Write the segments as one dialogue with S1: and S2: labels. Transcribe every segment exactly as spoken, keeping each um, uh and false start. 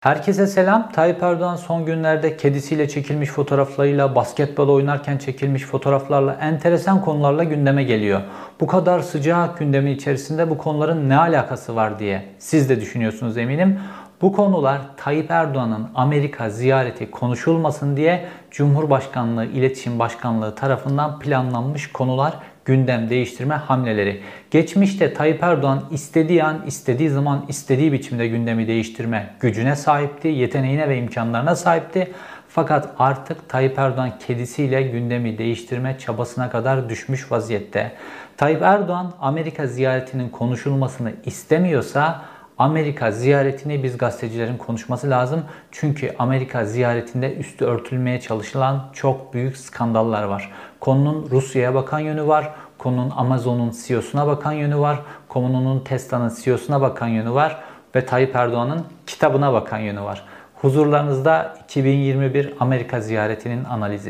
S1: Herkese selam. Tayyip Erdoğan son günlerde kedisiyle çekilmiş fotoğraflarıyla, basketbol oynarken çekilmiş fotoğraflarla, enteresan konularla gündeme geliyor. Bu kadar sıcak gündemin içerisinde bu konuların ne alakası var diye siz de düşünüyorsunuz eminim. Bu konular Tayyip Erdoğan'ın Amerika ziyareti konuşulmasın diye Cumhurbaşkanlığı İletişim Başkanlığı tarafından planlanmış konular, gündem değiştirme hamleleri. Geçmişte Tayyip Erdoğan istediği an, istediği zaman, istediği biçimde gündemi değiştirme gücüne sahipti, yeteneğine ve imkanlarına sahipti. Fakat artık Tayyip Erdoğan kedisiyle gündemi değiştirme çabasına kadar düşmüş vaziyette. Tayyip Erdoğan Amerika ziyaretinin konuşulmasını istemiyorsa Amerika ziyaretini biz gazetecilerin konuşması lazım. Çünkü Amerika ziyaretinde üstü örtülmeye çalışılan çok büyük skandallar var. Konunun Rusya'ya bakan yönü var. Konunun Amazon'un C E O'suna bakan yönü var. Konunun Tesla'nın C E O'suna bakan yönü var. Ve Tayyip Erdoğan'ın kitabına bakan yönü var. Huzurlarınızda iki bin yirmi bir Amerika ziyaretinin analizi.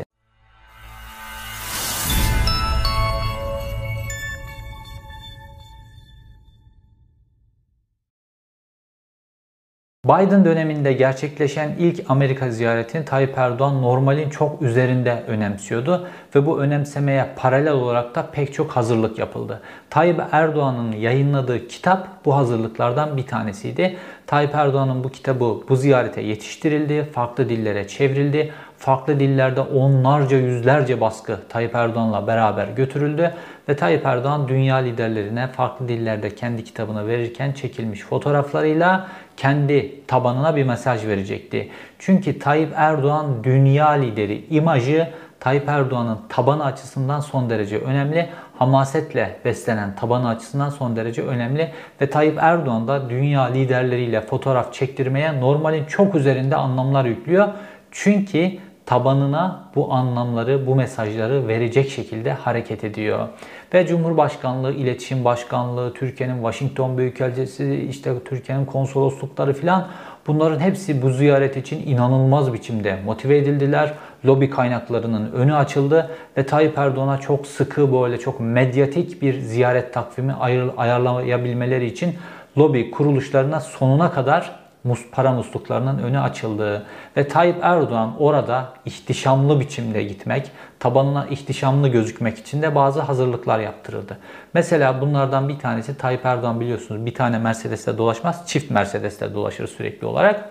S1: Biden döneminde gerçekleşen ilk Amerika ziyaretini Tayyip Erdoğan normalin çok üzerinde önemsiyordu ve bu önemsemeye paralel olarak da pek çok hazırlık yapıldı. Tayyip Erdoğan'ın yayınladığı kitap bu hazırlıklardan bir tanesiydi. Tayyip Erdoğan'ın bu kitabı bu ziyarete yetiştirildi, farklı dillere çevrildi. Farklı dillerde onlarca, yüzlerce baskı Tayyip Erdoğan'la beraber götürüldü ve Tayyip Erdoğan dünya liderlerine farklı dillerde kendi kitabını verirken çekilmiş fotoğraflarıyla kendi tabanına bir mesaj verecekti. Çünkü Tayyip Erdoğan dünya lideri imajı Tayyip Erdoğan'ın tabanı açısından son derece önemli. Hamasetle beslenen tabanı açısından son derece önemli. Ve Tayyip Erdoğan da dünya liderleriyle fotoğraf çektirmeye normalin çok üzerinde anlamlar yüklüyor. Çünkü tabanına bu anlamları, bu mesajları verecek şekilde hareket ediyor. Ve Cumhurbaşkanlığı, İletişim Başkanlığı, Türkiye'nin Washington Büyükelçisi, işte Türkiye'nin konsoloslukları filan, bunların hepsi bu ziyaret için inanılmaz biçimde motive edildiler. Lobi kaynaklarının önü açıldı ve Tayyip Erdoğan'a çok sıkı, böyle çok medyatik bir ziyaret takvimi ayarlayabilmeleri için lobi kuruluşlarına sonuna kadar para musluklarının önü açıldı. Ve Tayyip Erdoğan orada ihtişamlı biçimde gitmek, tabanına ihtişamlı gözükmek için de bazı hazırlıklar yaptırıldı. Mesela bunlardan bir tanesi, Tayyip Erdoğan biliyorsunuz bir tane Mercedes'te dolaşmaz, çift Mercedes'te dolaşır sürekli olarak.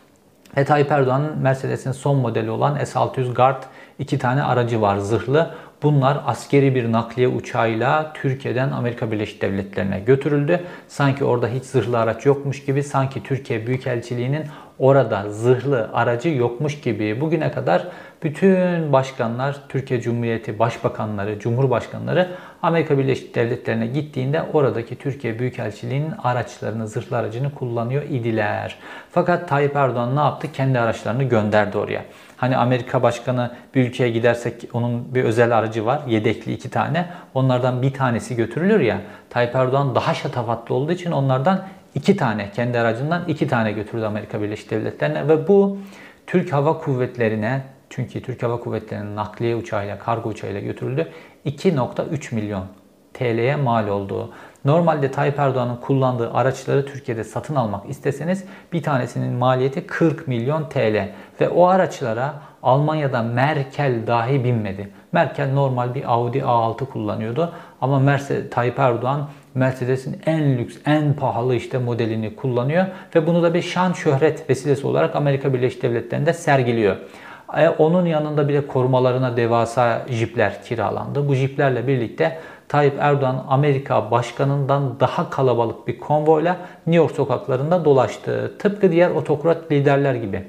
S1: Ve Tayyip Erdoğan'ın Mercedes'in son modeli olan S altı yüz Guard iki tane aracı var, zırhlı. Bunlar askeri bir nakliye uçağıyla Türkiye'den Amerika Birleşik Devletleri'ne götürüldü. Sanki orada hiç zırhlı araç yokmuş gibi, sanki Türkiye Büyükelçiliği'nin orada zırhlı aracı yokmuş gibi. Bugüne kadar bütün başkanlar, Türkiye Cumhuriyeti başbakanları, cumhurbaşkanları Amerika Birleşik Devletleri'ne gittiğinde oradaki Türkiye Büyükelçiliği'nin araçlarını, zırhlı aracını kullanıyor idiler. Fakat Tayyip Erdoğan ne yaptı? Kendi araçlarını gönderdi oraya. Hani Amerika Başkanı bir ülkeye gidersek onun bir özel aracı var. Yedekli iki tane. Onlardan bir tanesi götürülür ya. Tayyip Erdoğan daha şatafatlı olduğu için onlardan iki tane, kendi aracından iki tane götürdü Amerika Birleşik Devletleri'ne. Ve bu Türk Hava Kuvvetleri'ne, çünkü Türk Hava Kuvvetleri'nin nakliye uçağıyla, kargo uçağıyla götürüldü, iki nokta üç milyon T L'ye mal olduğu. Normalde Tayyip Erdoğan'ın kullandığı araçları Türkiye'de satın almak isteseniz bir tanesinin maliyeti kırk milyon T L. Ve o araçlara Almanya'da Merkel dahi binmedi. Merkel normal bir Audi A altı kullanıyordu. Ama Mercedes, Tayyip Erdoğan Mercedes'in en lüks, en pahalı işte modelini kullanıyor. Ve bunu da bir şan şöhret vesilesi olarak Amerika Birleşik Devletleri'nde sergiliyor. Onun yanında bir de korumalarına devasa jipler kiralandı. Bu jiplerle birlikte Tayyip Erdoğan Amerika Başkanı'ndan daha kalabalık bir konvoyla New York sokaklarında dolaştı. Tıpkı diğer otokrat liderler gibi.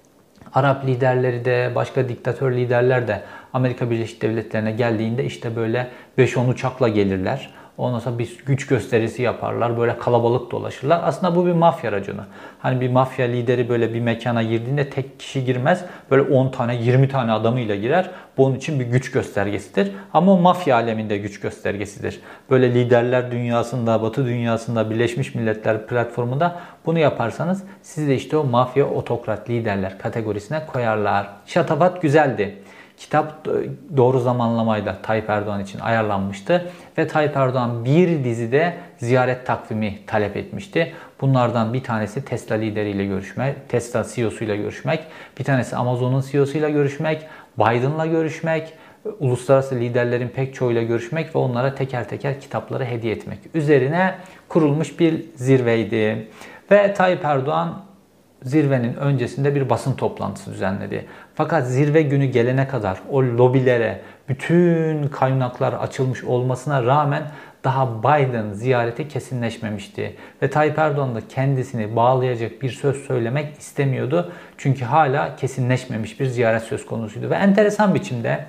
S1: Arap liderleri de, başka diktatör liderler de Amerika Birleşik Devletleri'ne geldiğinde işte böyle beş on uçakla gelirler. Ondan sonra bir güç gösterisi yaparlar. Böyle kalabalık dolaşırlar. Aslında bu bir mafya raconu. Hani bir mafya lideri böyle bir mekana girdiğinde tek kişi girmez. Böyle on tane, yirmi tane adamıyla girer. Bu onun için bir güç göstergesidir. Ama o mafya aleminde güç göstergesidir. Böyle liderler dünyasında, Batı dünyasında, Birleşmiş Milletler platformunda bunu yaparsanız siz de işte o mafya otokrat liderler kategorisine koyarlar. Şatafat güzeldi. Kitap doğru zamanlamayla Tayyip Erdoğan için ayarlanmıştı ve Tayyip Erdoğan bir dizide ziyaret takvimi talep etmişti. Bunlardan bir tanesi Tesla lideriyle görüşmek, Tesla C E O'suyla görüşmek, bir tanesi Amazon'un C E O'suyla görüşmek, Biden'la görüşmek, uluslararası liderlerin pek çoğuyla görüşmek ve onlara teker teker kitapları hediye etmek üzerine kurulmuş bir zirveydi. Ve Tayyip Erdoğan zirvenin öncesinde bir basın toplantısı düzenledi. Fakat zirve günü gelene kadar o lobilere bütün kaynaklar açılmış olmasına rağmen daha Biden ziyareti kesinleşmemişti. Ve Tayyip Erdoğan da kendisini bağlayacak bir söz söylemek istemiyordu. Çünkü hala kesinleşmemiş bir ziyaret söz konusuydu. Ve enteresan biçimde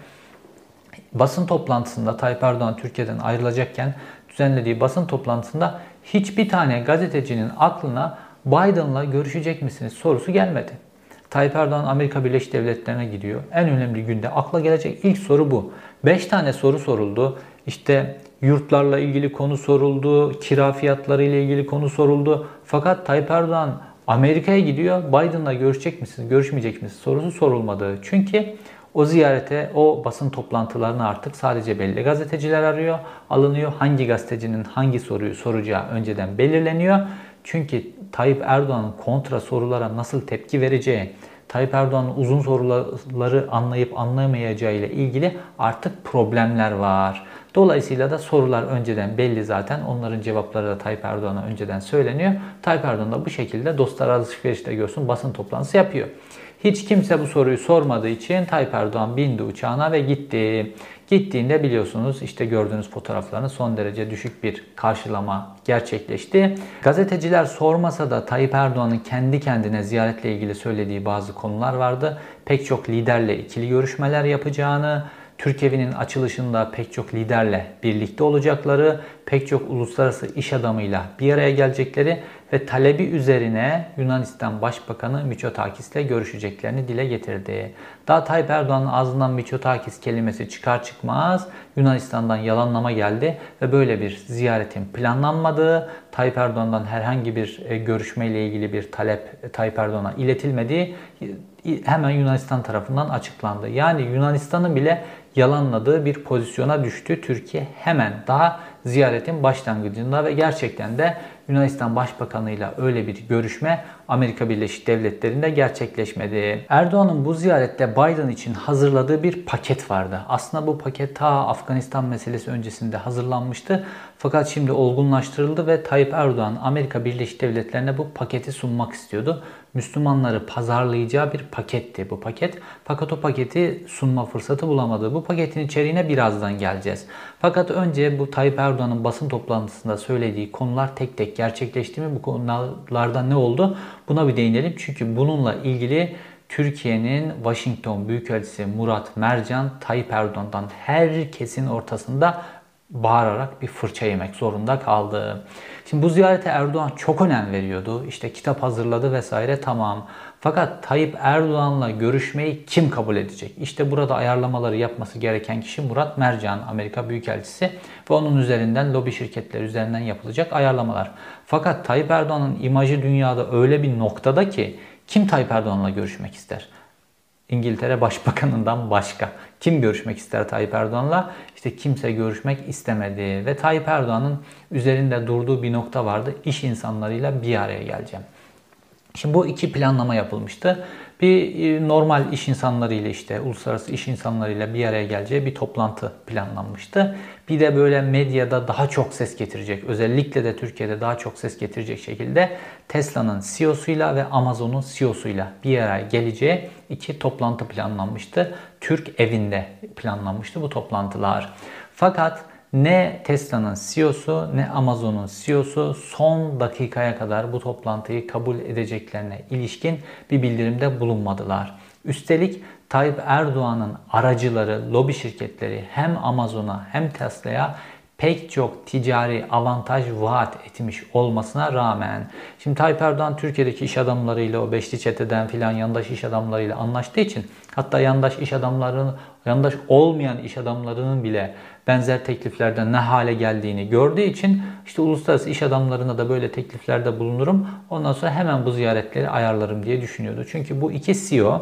S1: basın toplantısında Tayyip Erdoğan Türkiye'den ayrılacakken düzenlediği basın toplantısında hiçbir tane gazetecinin aklına Biden'la görüşecek misiniz sorusu gelmedi. Tayyip Erdoğan Amerika Birleşik Devletleri'ne gidiyor. En önemli günde akla gelecek ilk soru bu. beş tane soru soruldu. İşte yurtlarla ilgili konu soruldu, kira fiyatları ile ilgili konu soruldu. Fakat Tayyip Erdoğan Amerika'ya gidiyor. Biden'la görüşecek misiniz, görüşmeyecek misiniz sorusu sorulmadı. Çünkü o ziyarete, o basın toplantılarını artık sadece belli gazeteciler arıyor, alınıyor. Hangi gazetecinin hangi soruyu soracağı önceden belirleniyor. Çünkü Tayyip Erdoğan'ın kontra sorulara nasıl tepki vereceği, Tayyip Erdoğan'ın uzun soruları anlayıp anlayamayacağı ile ilgili artık problemler var. Dolayısıyla da sorular önceden belli zaten. Onların cevapları da Tayyip Erdoğan'a önceden söyleniyor. Tayyip Erdoğan da bu şekilde dostlar alışverişte görsün basın toplantısı yapıyor. Hiç kimse bu soruyu sormadığı için Tayyip Erdoğan bindi uçağına ve gitti. Gittiğinde biliyorsunuz işte gördüğünüz fotoğraflarını son derece düşük bir karşılama gerçekleşti. Gazeteciler sormasa da Tayyip Erdoğan'ın kendi kendine ziyaretle ilgili söylediği bazı konular vardı. Pek çok liderle ikili görüşmeler yapacağını, Türk Evi'nin açılışında pek çok liderle birlikte olacakları, pek çok uluslararası iş adamıyla bir araya gelecekleri ve talebi üzerine Yunanistan Başbakanı Mitsotakis ile görüşeceklerini dile getirdi. Daha Tayyip Erdoğan'ın ağzından Mitsotakis kelimesi çıkar çıkmaz Yunanistan'dan yalanlama geldi ve böyle bir ziyaretin planlanmadığı, Tayyip Erdoğan'dan herhangi bir görüşmeyle ilgili bir talep Tayyip Erdoğan'a iletilmediği hemen Yunanistan tarafından açıklandı. Yani Yunanistan'ın bile yalanladığı bir pozisyona düştü Türkiye hemen daha ziyaretin başlangıcında ve gerçekten de Yunanistan Başbakanı'yla öyle bir görüşme Amerika Birleşik Devletleri'nde gerçekleşmedi. Erdoğan'ın bu ziyarette Biden için hazırladığı bir paket vardı. Aslında bu paket ta Afganistan meselesi öncesinde hazırlanmıştı. Fakat şimdi olgunlaştırıldı ve Tayyip Erdoğan Amerika Birleşik Devletleri'ne bu paketi sunmak istiyordu. Müslümanları pazarlayacağı bir paketti bu paket. Fakat o paketi sunma fırsatı bulamadı. Bu paketin içeriğine birazdan geleceğiz. Fakat önce bu Tayyip Erdoğan'ın basın toplantısında söylediği konular tek tek gerçekleşti mi? Bu konularda ne oldu? Buna bir değinelim. Çünkü bununla ilgili Türkiye'nin Washington Büyükelçisi Murat Mercan, Tayyip Erdoğan'dan herkesin ortasında bağırarak bir fırça yemek zorunda kaldı. Şimdi bu ziyarete Erdoğan çok önem veriyordu. İşte kitap hazırladı vesaire tamam. Fakat Tayyip Erdoğan'la görüşmeyi kim kabul edecek? İşte burada ayarlamaları yapması gereken kişi Murat Mercan, Amerika Büyükelçisi ve onun üzerinden lobi şirketleri üzerinden yapılacak ayarlamalar. Fakat Tayyip Erdoğan'ın imajı dünyada öyle bir noktada ki kim Tayyip Erdoğan'la görüşmek ister? İngiltere Başbakanından başka. Kim görüşmek ister Tayyip Erdoğan'la? İşte kimse görüşmek istemedi. Ve Tayyip Erdoğan'ın üzerinde durduğu bir nokta vardı. İş insanlarıyla bir araya geleceğim. Şimdi bu iki planlama yapılmıştı. Bir normal iş insanlarıyla işte uluslararası iş insanlarıyla bir araya geleceği bir toplantı planlanmıştı. Bir de böyle medyada daha çok ses getirecek, özellikle de Türkiye'de daha çok ses getirecek şekilde Tesla'nın C E O'suyla ve Amazon'un C E O'suyla bir araya geleceği iki toplantı planlanmıştı. Türk Evi'nde planlanmıştı bu toplantılar. Fakat ne Tesla'nın C E O'su ne Amazon'un C E O'su son dakikaya kadar bu toplantıyı kabul edeceklerine ilişkin bir bildirimde bulunmadılar. Üstelik Tayyip Erdoğan'ın aracıları, lobi şirketleri hem Amazon'a hem Tesla'ya pek çok ticari avantaj vaat etmiş olmasına rağmen. Şimdi Tayyip Erdoğan Türkiye'deki iş adamlarıyla o beşli çeteden filan yandaş iş adamlarıyla anlaştığı için hatta yandaş iş adamlarının, yandaş olmayan iş adamlarının bile benzer tekliflerden ne hale geldiğini gördüğü için işte uluslararası iş adamlarına da böyle tekliflerde bulunurum. Ondan sonra hemen bu ziyaretleri ayarlarım diye düşünüyordu. Çünkü bu iki C E O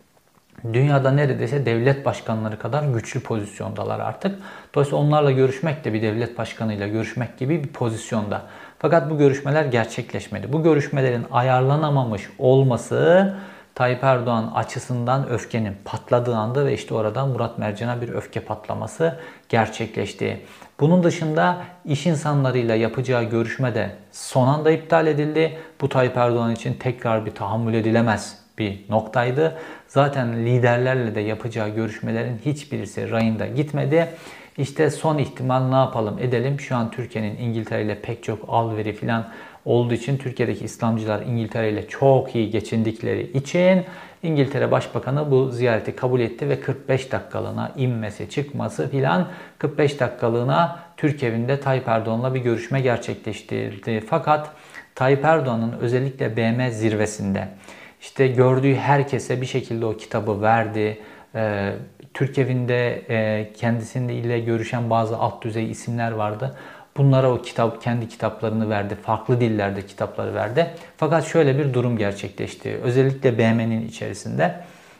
S1: dünyada neredeyse devlet başkanları kadar güçlü pozisyondalar artık. Dolayısıyla onlarla görüşmek de bir devlet başkanıyla görüşmek gibi bir pozisyonda. Fakat bu görüşmeler gerçekleşmedi. Bu görüşmelerin ayarlanamamış olması Tayyip Erdoğan açısından öfkenin patladığı anda ve işte oradan Murat Mercan'a bir öfke patlaması gerçekleşti. Bunun dışında iş insanlarıyla yapacağı görüşme de son anda iptal edildi. Bu Tayyip Erdoğan için tekrar bir tahammül edilemez bir noktaydı. Zaten liderlerle de yapacağı görüşmelerin hiçbirisi rayında gitmedi. İşte son ihtimal ne yapalım edelim. Şu an Türkiye'nin İngiltere ile pek çok alveri falan olduğu için Türkiye'deki İslamcılar İngiltere ile çok iyi geçindikleri için İngiltere Başbakanı bu ziyareti kabul etti ve kırk beş dakikalığına inmesi çıkması filan kırk beş dakikalığına Türk evinde Tayyip Erdoğan'la bir görüşme gerçekleştirdi. Fakat Tayyip Erdoğan'ın özellikle B M zirvesinde işte gördüğü herkese bir şekilde o kitabı verdi. Ee, Türk evinde e, kendisiyle görüşen bazı alt düzey isimler vardı. Bunlara o kitap, kendi kitaplarını verdi. Farklı dillerde kitapları verdi. Fakat şöyle bir durum gerçekleşti. Özellikle B M'nin içerisinde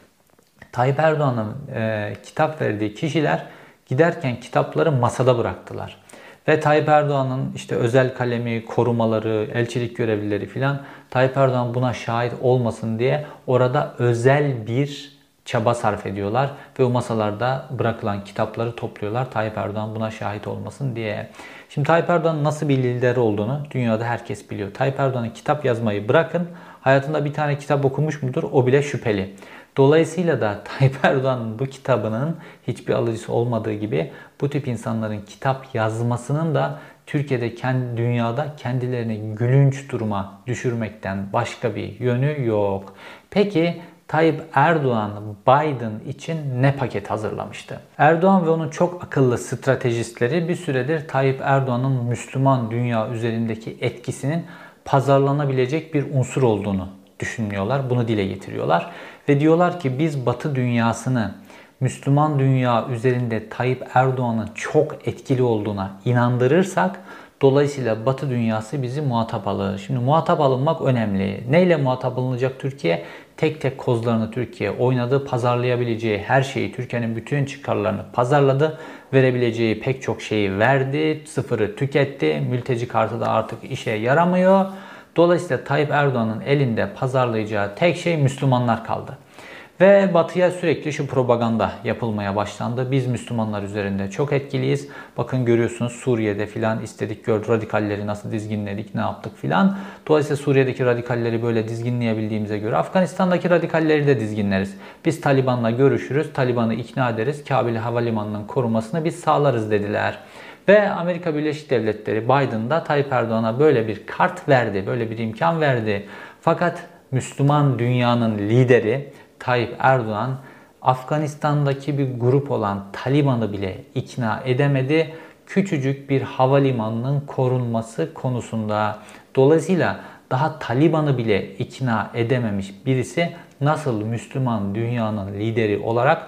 S1: Tayyip Erdoğan'ın e, kitap verdiği kişiler giderken kitapları masada bıraktılar. Ve Tayyip Erdoğan'ın işte özel kalemi, korumaları, elçilik görevlileri filan Tayyip Erdoğan buna şahit olmasın diye orada özel bir çaba sarf ediyorlar ve o masalarda bırakılan kitapları topluyorlar Tayyip Erdoğan buna şahit olmasın diye. Şimdi Tayyip Erdoğan'ın nasıl bir lider olduğunu dünyada herkes biliyor. Tayyip Erdoğan'ın kitap yazmayı bırakın, hayatında bir tane kitap okumuş mudur o bile şüpheli. Dolayısıyla da Tayyip Erdoğan'ın bu kitabının hiçbir alıcısı olmadığı gibi bu tip insanların kitap yazmasının da Türkiye'de, kendi dünyada kendilerini gülünç duruma düşürmekten başka bir yönü yok. Peki Tayyip Erdoğan Biden için ne paket hazırlamıştı? Erdoğan ve onun çok akıllı stratejistleri bir süredir Tayyip Erdoğan'ın Müslüman dünya üzerindeki etkisinin pazarlanabilecek bir unsur olduğunu düşünüyorlar. Bunu dile getiriyorlar. Ve diyorlar ki biz Batı dünyasını Müslüman dünya üzerinde Tayyip Erdoğan'ın çok etkili olduğuna inandırırsak dolayısıyla Batı dünyası bizi muhatap alır. Şimdi muhatap alınmak önemli. Neyle muhatap alınacak Türkiye? Tek tek kozlarını Türkiye oynadı. Pazarlayabileceği her şeyi, Türkiye'nin bütün çıkarlarını pazarladı. Verebileceği pek çok şeyi verdi. Sıfırı tüketti. Mülteci kartı da artık işe yaramıyor. Dolayısıyla Tayyip Erdoğan'ın elinde pazarlayacağı tek şey Müslümanlar kaldı. Ve Batı'ya sürekli şu propaganda yapılmaya başlandı. Biz Müslümanlar üzerinde çok etkiliyiz. Bakın görüyorsunuz Suriye'de filan istedik gör radikalleri nasıl dizginledik, ne yaptık filan. Dolayısıyla Suriye'deki radikalleri böyle dizginleyebildiğimize göre Afganistan'daki radikalleri de dizginleriz. Biz Taliban'la görüşürüz, Taliban'ı ikna ederiz, Kabil Havalimanı'nın korumasını biz sağlarız dediler. Ve Amerika Birleşik Devletleri Biden da Tayyip Erdoğan'a böyle bir kart verdi, böyle bir imkan verdi. Fakat Müslüman dünyanın lideri Tayyip Erdoğan Afganistan'daki bir grup olan Taliban'ı bile ikna edemedi. Küçücük bir havalimanının korunması konusunda. Dolayısıyla daha Taliban'ı bile ikna edememiş birisi nasıl Müslüman dünyanın lideri olarak,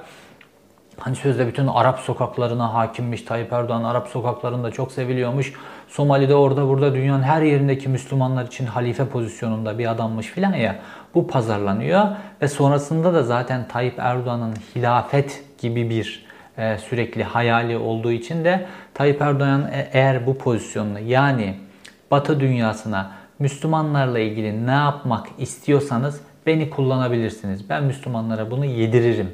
S1: hani sözde bütün Arap sokaklarına hakimmiş, Tayyip Erdoğan Arap sokaklarında çok seviliyormuş, Somali'de orada burada dünyanın her yerindeki Müslümanlar için halife pozisyonunda bir adammış filan ya, bu pazarlanıyor ve sonrasında da zaten Tayyip Erdoğan'ın hilafet gibi bir e, sürekli hayali olduğu için de Tayyip Erdoğan eğer bu pozisyonunu, yani Batı dünyasına Müslümanlarla ilgili ne yapmak istiyorsanız beni kullanabilirsiniz, ben Müslümanlara bunu yediririm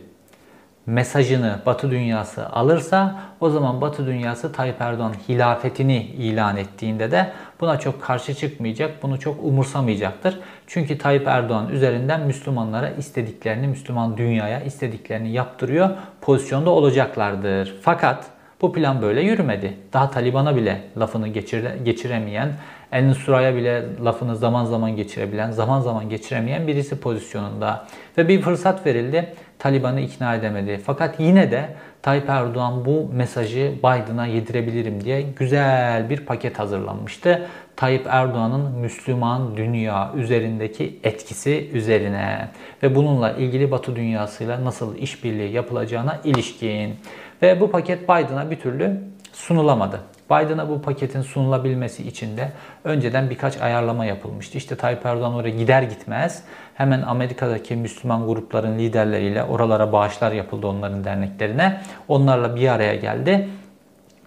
S1: mesajını Batı dünyası alırsa, o zaman Batı dünyası Tayyip Erdoğan hilafetini ilan ettiğinde de buna çok karşı çıkmayacak, bunu çok umursamayacaktır. Çünkü Tayyip Erdoğan üzerinden Müslümanlara istediklerini, Müslüman dünyaya istediklerini yaptırıyor pozisyonda olacaklardır. Fakat bu plan böyle yürümedi. Daha Taliban'a bile lafını geçire, geçiremeyen, En-Nusra'ya bile lafını zaman zaman geçirebilen, zaman zaman geçiremeyen birisi pozisyonunda. Ve bir fırsat verildi. Taliban'ı ikna edemedi. Fakat yine de Tayyip Erdoğan bu mesajı Biden'a yedirebilirim diye güzel bir paket hazırlanmıştı. Tayyip Erdoğan'ın Müslüman dünya üzerindeki etkisi üzerine ve bununla ilgili Batı dünyasıyla nasıl işbirliği yapılacağına ilişkin. Ve bu paket Biden'a bir türlü sunulamadı. Biden'a bu paketin sunulabilmesi için de önceden birkaç ayarlama yapılmıştı. İşte Tayyip Erdoğan oraya gider gitmez hemen Amerika'daki Müslüman grupların liderleriyle oralara bağışlar yapıldı, onların derneklerine. Onlarla bir araya geldi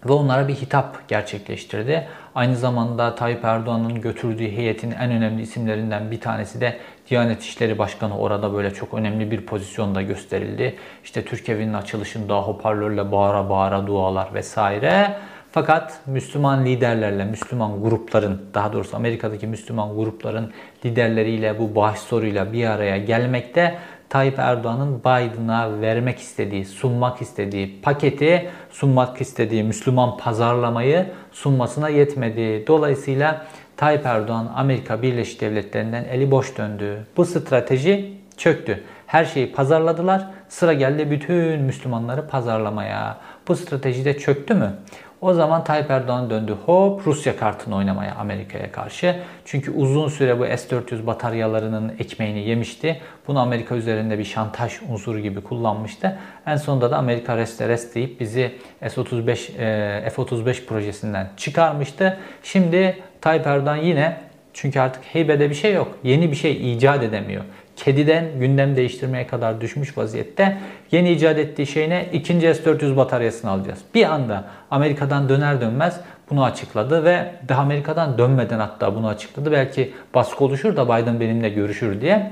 S1: ve onlara bir hitap gerçekleştirdi. Aynı zamanda Tayyip Erdoğan'ın götürdüğü heyetin en önemli isimlerinden bir tanesi de Diyanet İşleri Başkanı orada böyle çok önemli bir pozisyonda gösterildi. İşte Türk Evi'nin açılışında hoparlörle bağıra bağıra dualar vesaire. Fakat Müslüman liderlerle, Müslüman grupların, daha doğrusu Amerika'daki Müslüman grupların liderleriyle bu bağış soruyla bir araya gelmekte Tayyip Erdoğan'ın Biden'a vermek istediği, sunmak istediği paketi, sunmak istediği Müslüman pazarlamayı sunmasına yetmedi. Dolayısıyla Tayyip Erdoğan Amerika Birleşik Devletleri'nden eli boş döndü. Bu strateji çöktü. Her şeyi pazarladılar. Sıra geldi bütün Müslümanları pazarlamaya. Bu strateji de çöktü mü? O zaman Tayyip Erdoğan döndü hop Rusya kartını oynamaya Amerika'ya karşı. Çünkü uzun süre bu S dört yüz bataryalarının ekmeğini yemişti. Bunu Amerika üzerinde bir şantaj unsuru gibi kullanmıştı. En sonunda da Amerika reste rest deyip bizi S otuz beş, F otuz beş projesinden çıkarmıştı. Şimdi Tayyip Erdoğan yine, çünkü artık heybede bir şey yok. Yeni bir şey icat edemiyor. Kediden gündem değiştirmeye kadar düşmüş vaziyette. Yeni icat ettiği şey ne? İkinci S dört yüz bataryasını alacağız. Bir anda Amerika'dan döner dönmez bunu açıkladı ve daha Amerika'dan dönmeden hatta bunu açıkladı. Belki baskı oluşur da Biden benimle görüşür diye.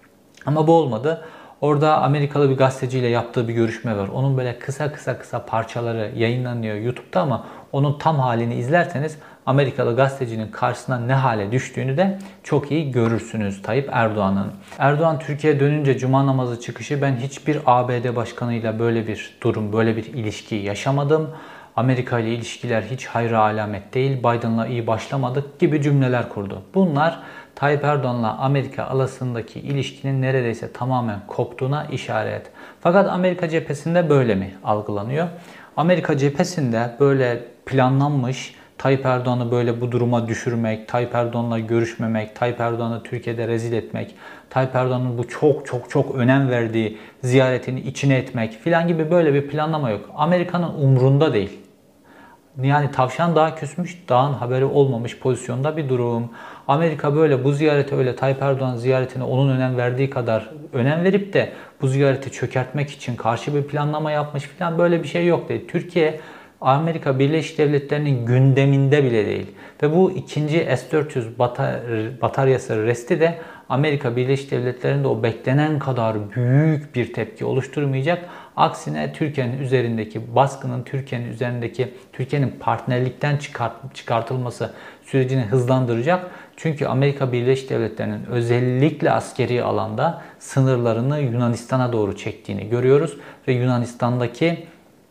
S1: Ama bu olmadı. Orada Amerikalı bir gazeteciyle yaptığı bir görüşme var. Onun böyle kısa kısa kısa parçaları yayınlanıyor YouTube'da ama onun tam halini izlerseniz Amerikalı gazetecinin karşısına ne hale düştüğünü de çok iyi görürsünüz Tayyip Erdoğan'ın. Erdoğan Türkiye'ye dönünce cuma namazı çıkışı ben hiçbir A B D başkanıyla böyle bir durum, böyle bir ilişki yaşamadım. Amerika ile ilişkiler hiç hayra alamet değil, Biden'la iyi başlamadık gibi cümleler kurdu. Bunlar Tayyip Erdoğan'la Amerika arasındaki ilişkinin neredeyse tamamen koptuğuna işaret. Fakat Amerika cephesinde böyle mi algılanıyor? Amerika cephesinde böyle planlanmış, Tayyip Erdoğan'ı böyle bu duruma düşürmek, Tayyip Erdoğan'la görüşmemek, Tayyip Erdoğan'ı Türkiye'de rezil etmek, Tayyip Erdoğan'ın bu çok çok çok önem verdiği ziyaretini içine etmek filan gibi böyle bir planlama yok. Amerika'nın umrunda değil. Yani tavşan dağa küsmüş, dağın haberi olmamış pozisyonda bir durum. Amerika böyle bu ziyarete, öyle Tayyip Erdoğan ziyaretine onun önem verdiği kadar önem verip de bu ziyareti çökertmek için karşı bir planlama yapmış falan, böyle bir şey yok dedi. Türkiye Amerika Birleşik Devletleri'nin gündeminde bile değil. Ve bu ikinci S dört yüz bataryası resti de Amerika Birleşik Devletleri'nde o beklenen kadar büyük bir tepki oluşturmayacak. Aksine Türkiye'nin üzerindeki baskının, Türkiye'nin üzerindeki, Türkiye'nin partnerlikten çıkart, çıkartılması sürecini hızlandıracak. Çünkü Amerika Birleşik Devletleri'nin özellikle askeri alanda sınırlarını Yunanistan'a doğru çektiğini görüyoruz. Ve Yunanistan'daki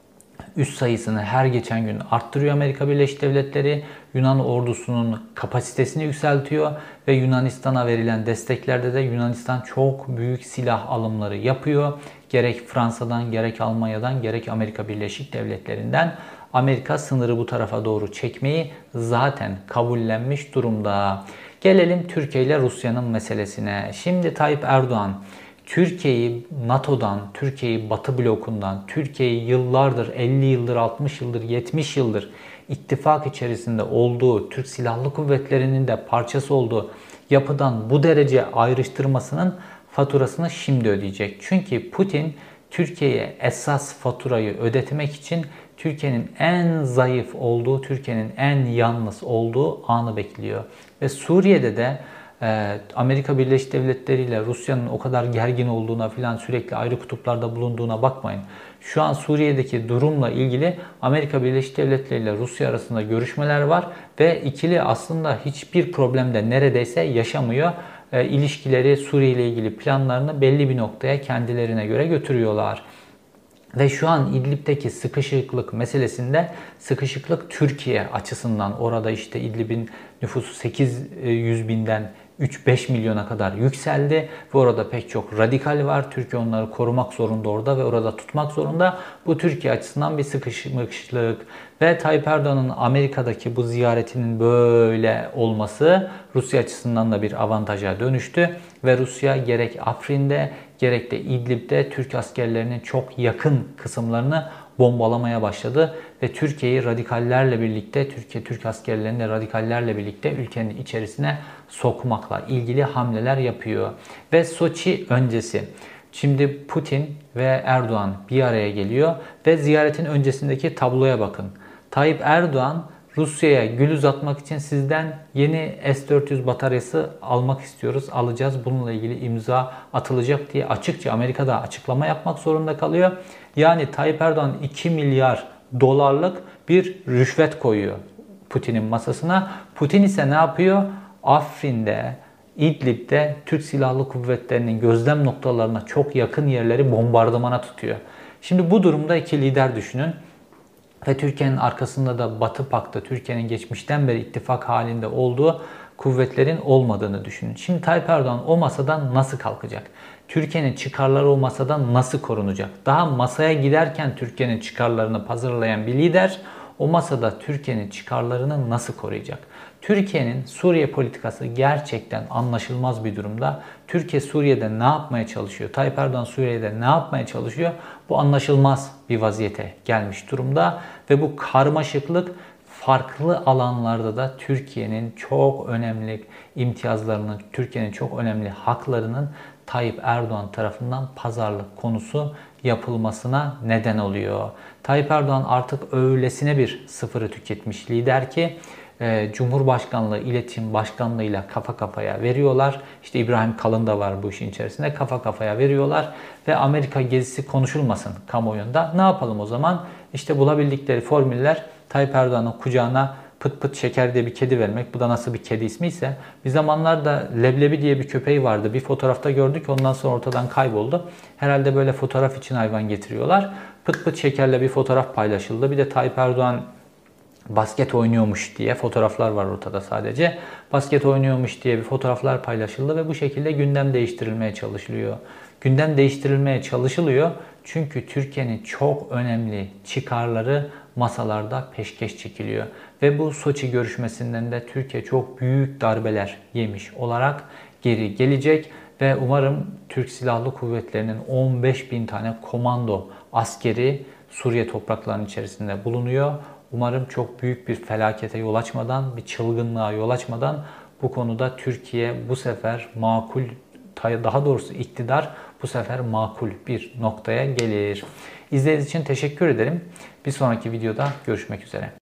S1: üs sayısını her geçen gün arttırıyor Amerika Birleşik Devletleri. Yunan ordusunun kapasitesini yükseltiyor ve Yunanistan'a verilen desteklerde de Yunanistan çok büyük silah alımları yapıyor. Gerek Fransa'dan, gerek Almanya'dan, gerek Amerika Birleşik Devletleri'nden. Amerika sınırı bu tarafa doğru çekmeyi zaten kabullenmiş durumda. Gelelim Türkiye ile Rusya'nın meselesine. Şimdi Tayyip Erdoğan Türkiye'yi NATO'dan, Türkiye'yi Batı blokundan, Türkiye'yi yıllardır, elli yıldır, altmış yıldır, yetmiş yıldır ittifak içerisinde olduğu, Türk Silahlı Kuvvetleri'nin de parçası olduğu yapıdan bu derece ayrıştırmasının faturasını şimdi ödeyecek. Çünkü Putin Türkiye'ye esas faturayı ödetmek için Türkiye'nin en zayıf olduğu, Türkiye'nin en yalnız olduğu anı bekliyor. Ve Suriye'de de Amerika Birleşik Devletleri ile Rusya'nın o kadar gergin olduğuna filan, sürekli ayrı kutuplarda bulunduğuna bakmayın. Şu an Suriye'deki durumla ilgili Amerika Birleşik Devletleri ile Rusya arasında görüşmeler var ve ikili aslında hiçbir problemde neredeyse yaşamıyor. E, ilişkileri, Suriye ile ilgili planlarını belli bir noktaya kendilerine göre götürüyorlar. Ve şu an İdlib'deki sıkışıklık meselesinde, sıkışıklık Türkiye açısından, orada işte İdlib'in nüfusu sekiz yüz binden üç beş milyona kadar yükseldi ve orada pek çok radikal var. Türkiye onları korumak zorunda orada ve orada tutmak zorunda. Bu Türkiye açısından bir sıkışmışlık ve Tayyip Erdoğan'ın Amerika'daki bu ziyaretinin böyle olması Rusya açısından da bir avantaja dönüştü ve Rusya gerek Afrin'de gerek de İdlib'de Türk askerlerinin çok yakın kısımlarını bombalamaya başladı ve Türkiye'yi radikallerle birlikte, Türkiye Türk askerlerini radikallerle birlikte ülkenin içerisine sokmakla ilgili hamleler yapıyor. Ve Soçi öncesi şimdi Putin ve Erdoğan bir araya geliyor ve ziyaretin öncesindeki tabloya bakın. Tayyip Erdoğan Rusya'ya gül uzatmak için sizden yeni S dört yüz bataryası almak istiyoruz, alacağız. Bununla ilgili imza atılacak diye açıkça Amerika'da açıklama yapmak zorunda kalıyor. Yani Tayyip Erdoğan iki milyar dolarlık bir rüşvet koyuyor Putin'in masasına. Putin ise ne yapıyor? Afrin'de, İdlib'de Türk Silahlı Kuvvetleri'nin gözlem noktalarına çok yakın yerleri bombardımana tutuyor. Şimdi bu durumda iki lider düşünün. Ve Türkiye'nin arkasında da Batı Paktı, Türkiye'nin geçmişten beri ittifak halinde olduğu kuvvetlerin olmadığını düşünün. Şimdi Tayyip Erdoğan o masadan nasıl kalkacak? Türkiye'nin çıkarları o masadan nasıl korunacak? Daha masaya giderken Türkiye'nin çıkarlarını pazarlayan bir lider o masada Türkiye'nin çıkarlarını nasıl koruyacak? Türkiye'nin Suriye politikası gerçekten anlaşılmaz bir durumda. Türkiye Suriye'de ne yapmaya çalışıyor? Tayyip Erdoğan Suriye'de ne yapmaya çalışıyor? Bu anlaşılmaz bir vaziyete gelmiş durumda ve bu karmaşıklık farklı alanlarda da Türkiye'nin çok önemli imtiyazlarının, Türkiye'nin çok önemli haklarının Tayyip Erdoğan tarafından pazarlık konusu yapılmasına neden oluyor. Tayyip Erdoğan artık öylesine bir sıfırı tüketmiş lider ki Cumhurbaşkanlığı İletişim Başkanlığı ile kafa kafaya veriyorlar. İşte İbrahim Kalın da var bu işin içerisinde. Kafa kafaya veriyorlar ve Amerika gezisi konuşulmasın kamuoyunda. Ne yapalım o zaman? İşte bulabildikleri formüller Tayyip Erdoğan'ın kucağına pıt pıt şeker diye bir kedi vermek. Bu da nasıl bir kedi ismi ise. Bir zamanlarda Leblebi diye bir köpeği vardı. Bir fotoğrafta gördük. Ondan sonra ortadan kayboldu. Herhalde böyle fotoğraf için hayvan getiriyorlar. Pıt pıt şekerle bir fotoğraf paylaşıldı. Bir de Tayyip Erdoğan basket oynuyormuş diye fotoğraflar var ortada sadece. Basket oynuyormuş diye bir fotoğraflar paylaşıldı ve bu şekilde gündem değiştirilmeye çalışılıyor. Gündem değiştirilmeye çalışılıyor çünkü Türkiye'nin çok önemli çıkarları masalarda peşkeş çekiliyor. Ve bu Soçi görüşmesinden de Türkiye çok büyük darbeler yemiş olarak geri gelecek. Ve umarım Türk Silahlı Kuvvetleri'nin on beş bin tane komando askeri Suriye topraklarının içerisinde bulunuyor. Umarım çok büyük bir felakete yol açmadan, bir çılgınlığa yol açmadan bu konuda Türkiye bu sefer makul, daha doğrusu iktidar bu sefer makul bir noktaya gelir. İzlediğiniz için teşekkür ederim. Bir sonraki videoda görüşmek üzere.